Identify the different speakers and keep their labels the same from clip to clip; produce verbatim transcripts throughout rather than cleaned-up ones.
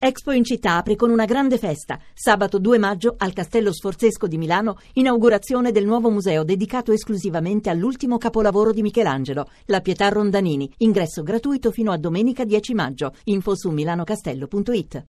Speaker 1: Expo in città apre con una grande festa. Sabato due maggio al Castello Sforzesco di Milano, inaugurazione del nuovo museo dedicato esclusivamente all'ultimo capolavoro di Michelangelo, la Pietà Rondanini. Ingresso gratuito fino a domenica dieci maggio. Info su milanocastello punto it.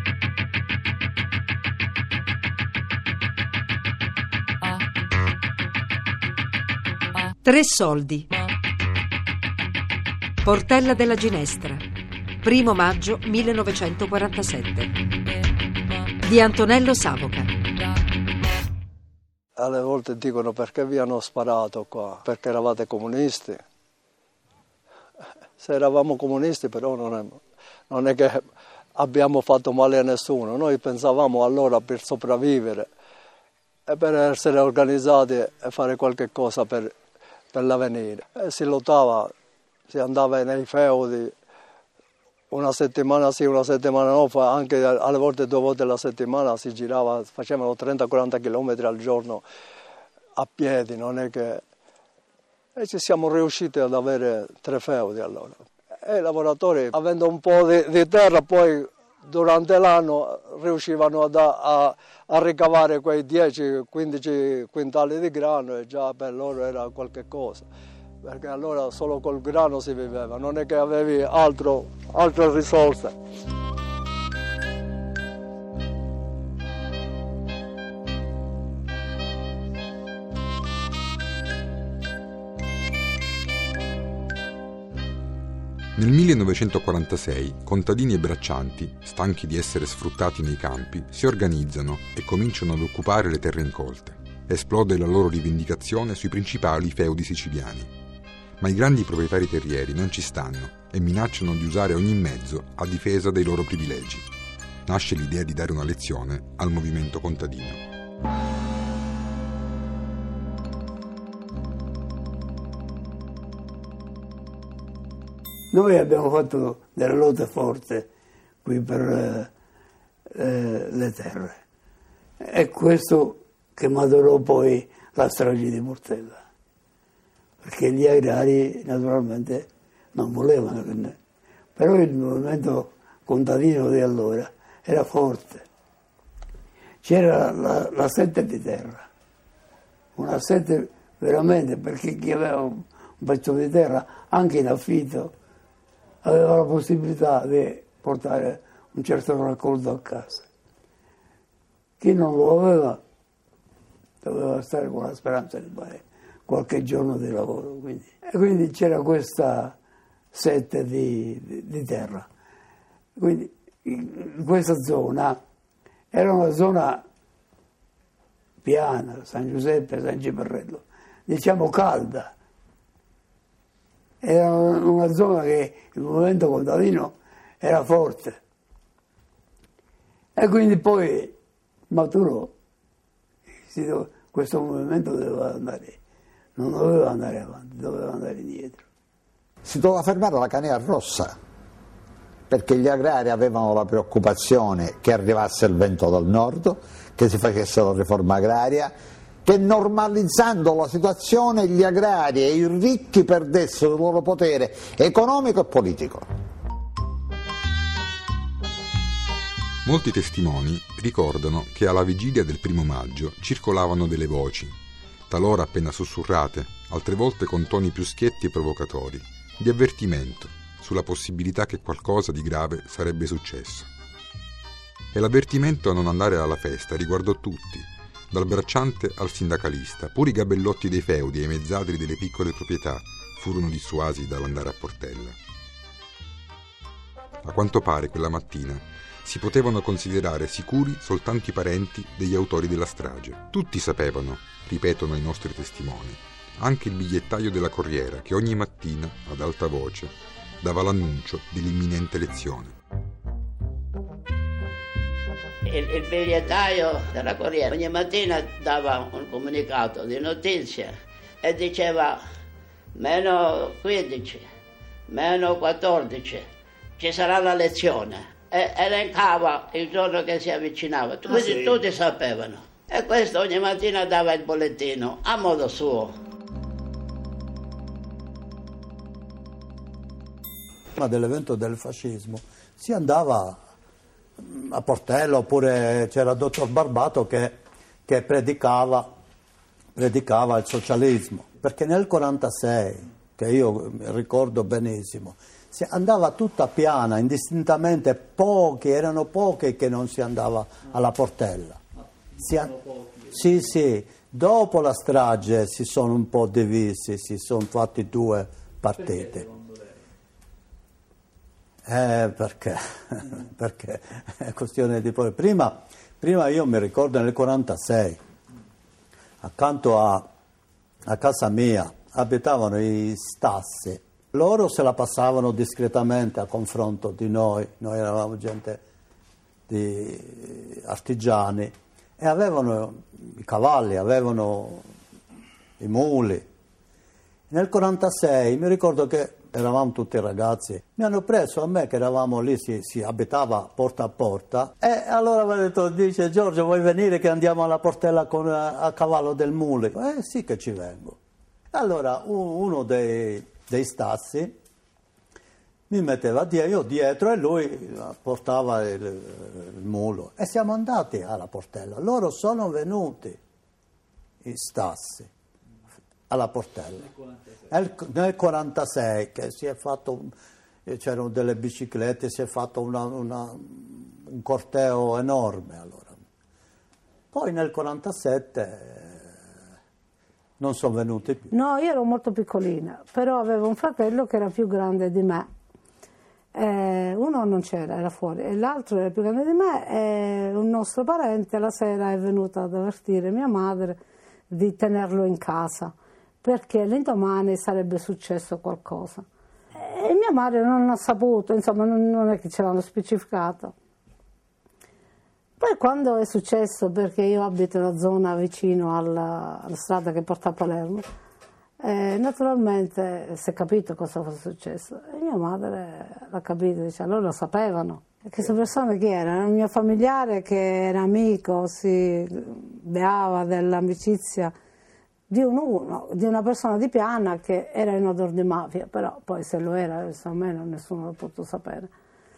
Speaker 2: Tre soldi. Portella della Ginestra, primo maggio millenovecentoquarantasette, di Antonello Savoca.
Speaker 3: Alle volte dicono: perché vi hanno sparato qua? Perché eravate comunisti? Se eravamo comunisti però non è, non è che abbiamo fatto male a nessuno. Noi pensavamo allora per sopravvivere e per essere organizzati e fare qualche cosa per, per l'avvenire. E si lottava, si andava nei feudi una settimana sì, una settimana no, anche alle volte due volte alla settimana si girava, facevano trenta quaranta chilometri al giorno a piedi, non è che... E ci siamo riusciti ad avere tre feudi allora. E i lavoratori, avendo un po' di, di terra, poi durante l'anno riuscivano ad, a, a ricavare quei dieci quindici quintali di grano e già per loro era qualche cosa. Perché allora solo col grano si viveva, non è che avevi altro, altre risorse.
Speaker 4: Nel millenovecentoquarantasei contadini e braccianti, stanchi di essere sfruttati nei campi, si organizzano e cominciano ad occupare le terre incolte. Esplode la loro rivendicazione sui principali feudi siciliani. Ma i grandi proprietari terrieri non ci stanno e minacciano di usare ogni mezzo a difesa dei loro privilegi. Nasce l'idea di dare una lezione al movimento contadino.
Speaker 5: Noi abbiamo fatto delle lotte forti qui per eh, le terre. È questo che maturò poi la strage di Portella. Perché gli agrari naturalmente non volevano che ne... Però il movimento contadino di allora era forte. C'era la, la sette di terra, una sette veramente, perché chi aveva un pezzo di terra, anche in affitto, aveva la possibilità di portare un certo raccolto a casa. Chi non lo aveva doveva stare con la speranza di fare qualche giorno di lavoro. Quindi. E quindi c'era questa sette di, di, di terra. Quindi in questa zona era una zona piana, San Giuseppe, San Ciperrello, diciamo calda. Era una zona che il movimento contadino era forte. E quindi poi maturò, questo movimento doveva andare. Non doveva andare avanti, doveva andare indietro.
Speaker 6: Si doveva fermare la canea rossa, perché gli agrari avevano la preoccupazione che arrivasse il vento dal nord, che si facesse la riforma agraria, che normalizzando la situazione gli agrari e i ricchi perdessero il loro potere economico e politico.
Speaker 4: Molti testimoni ricordano che alla vigilia del primo maggio circolavano delle voci, talora appena sussurrate, altre volte con toni più schietti e provocatori, di avvertimento sulla possibilità che qualcosa di grave sarebbe successo. E l'avvertimento a non andare alla festa riguardò tutti, dal bracciante al sindacalista. Pure i gabellotti dei feudi e i mezzadri delle piccole proprietà furono dissuasi dall'andare a Portella. A quanto pare quella mattina si potevano considerare sicuri soltanto i parenti degli autori della strage. Tutti sapevano, ripetono i nostri testimoni, anche il bigliettaio della Corriera che ogni mattina, ad alta voce, dava l'annuncio dell'imminente elezione.
Speaker 7: Il, il bigliettaio della Corriera ogni mattina dava un comunicato di notizie e diceva meno quindici, meno quattordici, ci sarà la lezione. E elencava il giorno che si avvicinava, quindi ah, sì. Tutti sapevano. E questo ogni mattina dava il bollettino a modo suo.
Speaker 5: Prima dell'evento del fascismo si andava
Speaker 6: a Portello, oppure c'era il dottor Barbato che, che predicava, predicava il socialismo, perché nel quarantasei, che io ricordo benissimo, si andava tutta piana, indistintamente, pochi, erano pochi che non si andava alla Portella. Si a... Sì, sì, dopo la strage si sono un po' divisi, si sono fatti due partiti. Eh, perché? Perché è questione di poi. Prima, prima io mi ricordo nel quarantasei, accanto a, a casa mia, abitavano i Stassi. Loro se la passavano discretamente a confronto di noi, noi eravamo gente di artigiani, e avevano i cavalli, avevano i muli. Nel quarantasei mi ricordo che eravamo tutti ragazzi, mi hanno preso a me che eravamo lì, si, si abitava porta a porta, e allora mi ha detto, dice Giorgio, vuoi venire che andiamo alla Portella con, a, a cavallo del mule? Eh sì che ci vengo. Allora uno dei, dei Stassi mi metteva dietro, io dietro, e lui portava il, il mulo, e siamo andati alla Portella. Loro sono venuti, i Stassi, alla Portella nel, nel quarantasei, che si è fatto, c'erano delle biciclette, si è fatto una, una, un corteo enorme. Allora. Poi nel quarantasette non sono venuti più.
Speaker 8: No, io ero molto piccolina, però avevo un fratello che era più grande di me. Eh, uno non c'era, era fuori, e l'altro era più grande di me, e un nostro parente la sera è venuto ad avvertire mia madre di tenerlo in casa, perché l'indomani sarebbe successo qualcosa. E mia madre non ha saputo, insomma non, non è che ce l'hanno specificato. Poi quando è successo, perché io abito in una zona vicino alla, alla strada che porta a Palermo, eh, naturalmente si è capito cosa fosse successo, e mia madre l'ha capito, dice, allora lo sapevano. E queste persone chi erano? Un mio familiare che era amico, si beava dell'amicizia di, uno, di una persona di Piana che era in odore di mafia, però poi se lo era, almeno nessuno lo potuto sapere.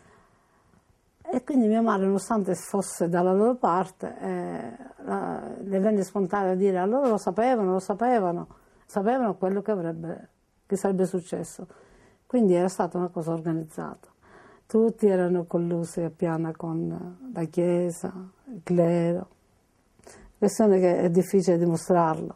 Speaker 8: E quindi mia madre, nonostante fosse dalla loro parte, eh, la, le venne spontaneo a dire, allora lo sapevano, lo sapevano, sapevano quello che, avrebbe, che sarebbe successo. Quindi era stata una cosa organizzata. Tutti erano collusi a Piana con la Chiesa, il clero. Questione che è difficile dimostrarlo.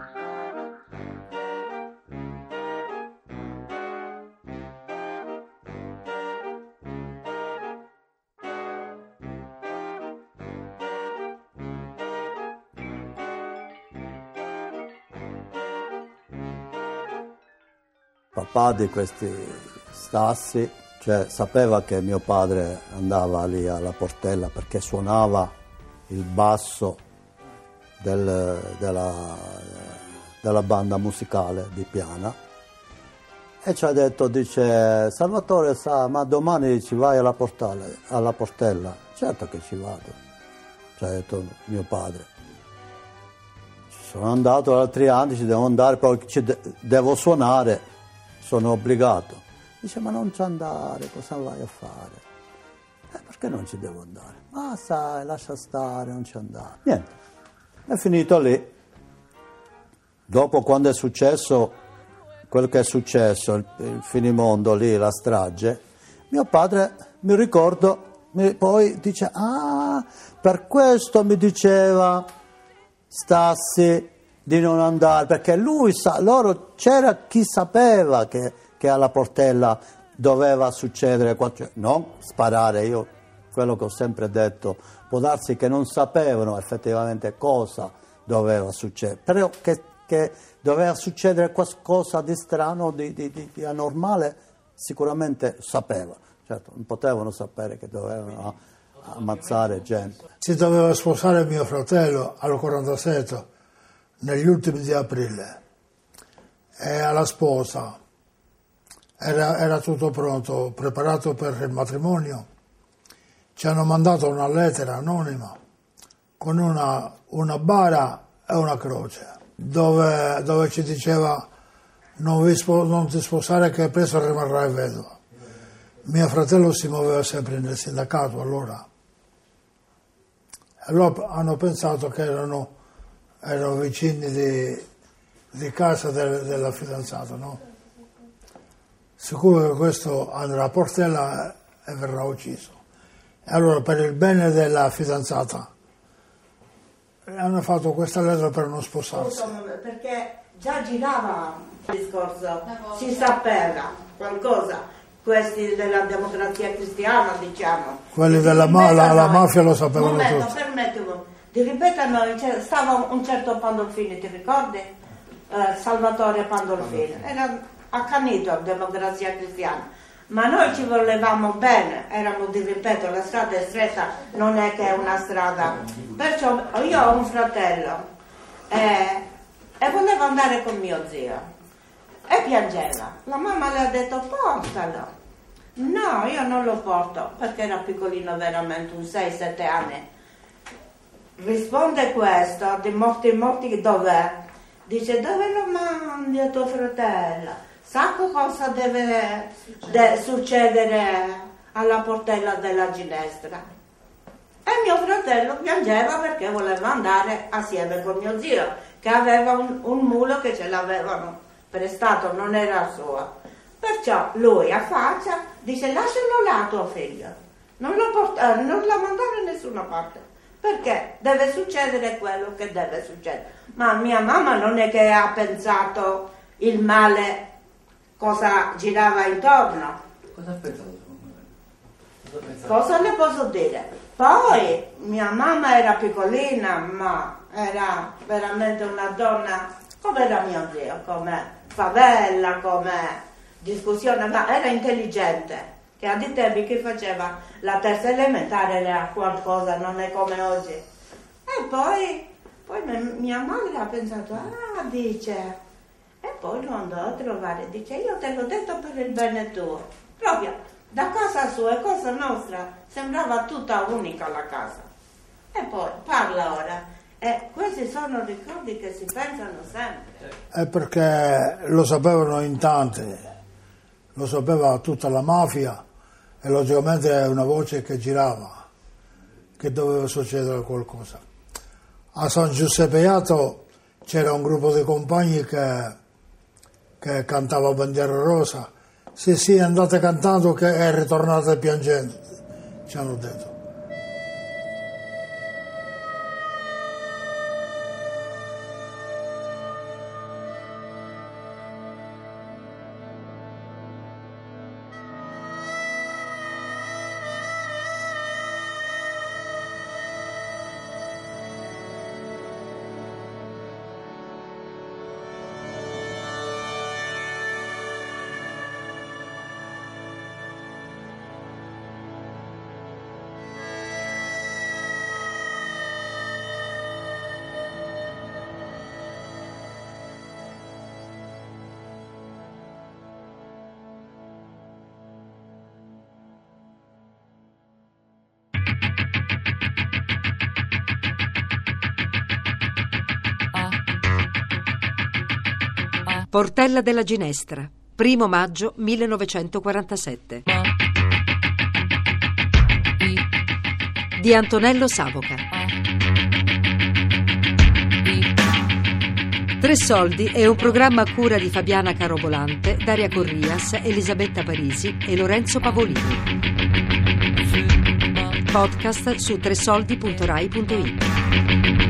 Speaker 6: Papà di questi Stassi, cioè, sapeva che mio padre andava lì alla Portella perché suonava il basso del, della, della banda musicale di Piana, e ci ha detto, dice, Salvatore sa, ma domani ci vai alla, portale, alla Portella? Certo che ci vado, ci ha detto mio padre. Sono andato altri anni, ci devo andare, poi ci de- devo suonare. Sono obbligato. Dice, ma non ci andare, cosa vai a fare? Eh, perché non ci devo andare? Ma sai, lascia stare, non ci andare. Niente, è finito lì. Dopo, quando è successo quello che è successo, il, il finimondo lì, la strage, mio padre, mi ricordo, mi, poi dice, ah, per questo mi diceva Stassi di non andare, perché lui sa, loro c'era chi sapeva che, che alla Portella doveva succedere qualcosa, non sparare. Io quello che ho sempre detto, può darsi che non sapevano effettivamente cosa doveva succedere, però che, che doveva succedere qualcosa di strano, di, di, di, di anormale, sicuramente sapeva. Certo, non potevano sapere che dovevano ammazzare gente.
Speaker 9: Si doveva sposare mio fratello al quarantasette, negli ultimi di aprile, e alla sposa era, era tutto pronto, preparato per il matrimonio. Ci hanno mandato una lettera anonima con una, una bara e una croce, dove, dove ci diceva non, vi spos- non ti sposare che presto rimarrai vedova. Mio fratello si muoveva sempre nel sindacato allora, Allora hanno pensato che erano, erano vicini di, di casa del, della fidanzata, no? Sicuro che questo andrà a Portella e verrà ucciso. E allora, per il bene della fidanzata, hanno fatto questa lettera per non sposarsi.
Speaker 10: Perché già girava il discorso, si sapeva qualcosa, questi della democrazia cristiana, diciamo.
Speaker 9: Quelli della ma- la, la mafia lo sapevano
Speaker 10: momento,
Speaker 9: tutti.
Speaker 10: Permettimi, di ripetere, stava un certo Pandolfini, ti ricordi? Eh, Salvatore Pandolfini, era accanito a democrazia cristiana. Ma noi ci volevamo bene, erano, di ripeto, la strada è stretta, non è che è una strada. Perciò io ho un fratello eh, e voleva andare con mio zio e piangeva. La mamma le ha detto portalo. No, io non lo porto, perché era piccolino veramente, un sei sette anni. Risponde questo, di morti morti dov'è? Dice, dove lo mandi a tuo fratello? Sa cosa deve de- succedere alla Portella della Ginestra? E mio fratello piangeva perché voleva andare assieme con mio zio, che aveva un, un mulo che ce l'avevano prestato, non era suo. Perciò lui a faccia dice, lascialo là tuo figlio, non lo portare, non la mandare da nessuna parte, perché deve succedere quello che deve succedere. Ma mia mamma non è che ha pensato il male, cosa girava intorno.
Speaker 5: Cosa ha pensato? Cosa,
Speaker 10: cosa le posso dire? Poi mia mamma era piccolina, ma era veramente una donna come era mio zio, come favella, come discussione, ma era intelligente, che a dei tempi che faceva la terza elementare era qualcosa, non è come oggi. E poi, poi mia madre ha pensato, ah, dice... E poi lo andò a trovare, dice, io te l'ho detto per il bene tuo. Proprio da casa sua e cosa nostra sembrava tutta unica la casa. E poi parla ora. E questi sono ricordi che si pensano sempre.
Speaker 9: È perché lo sapevano in tanti, lo sapeva tutta la mafia e logicamente è una voce che girava, che doveva succedere qualcosa. A San Giuseppe Jato c'era un gruppo di compagni che... che cantava Bandiera Rosa. Sì, sì, andate cantando che è ritornate piangendo, ci hanno detto.
Speaker 2: Portella della Ginestra, primo maggio millenovecentoquarantasette. Di Antonello Savoca. Tre soldi è un programma a cura di Fabiana Carobolante, Daria Corrias, Elisabetta Parisi e Lorenzo Pavolini. Podcast su tresoldi punto rai punto it.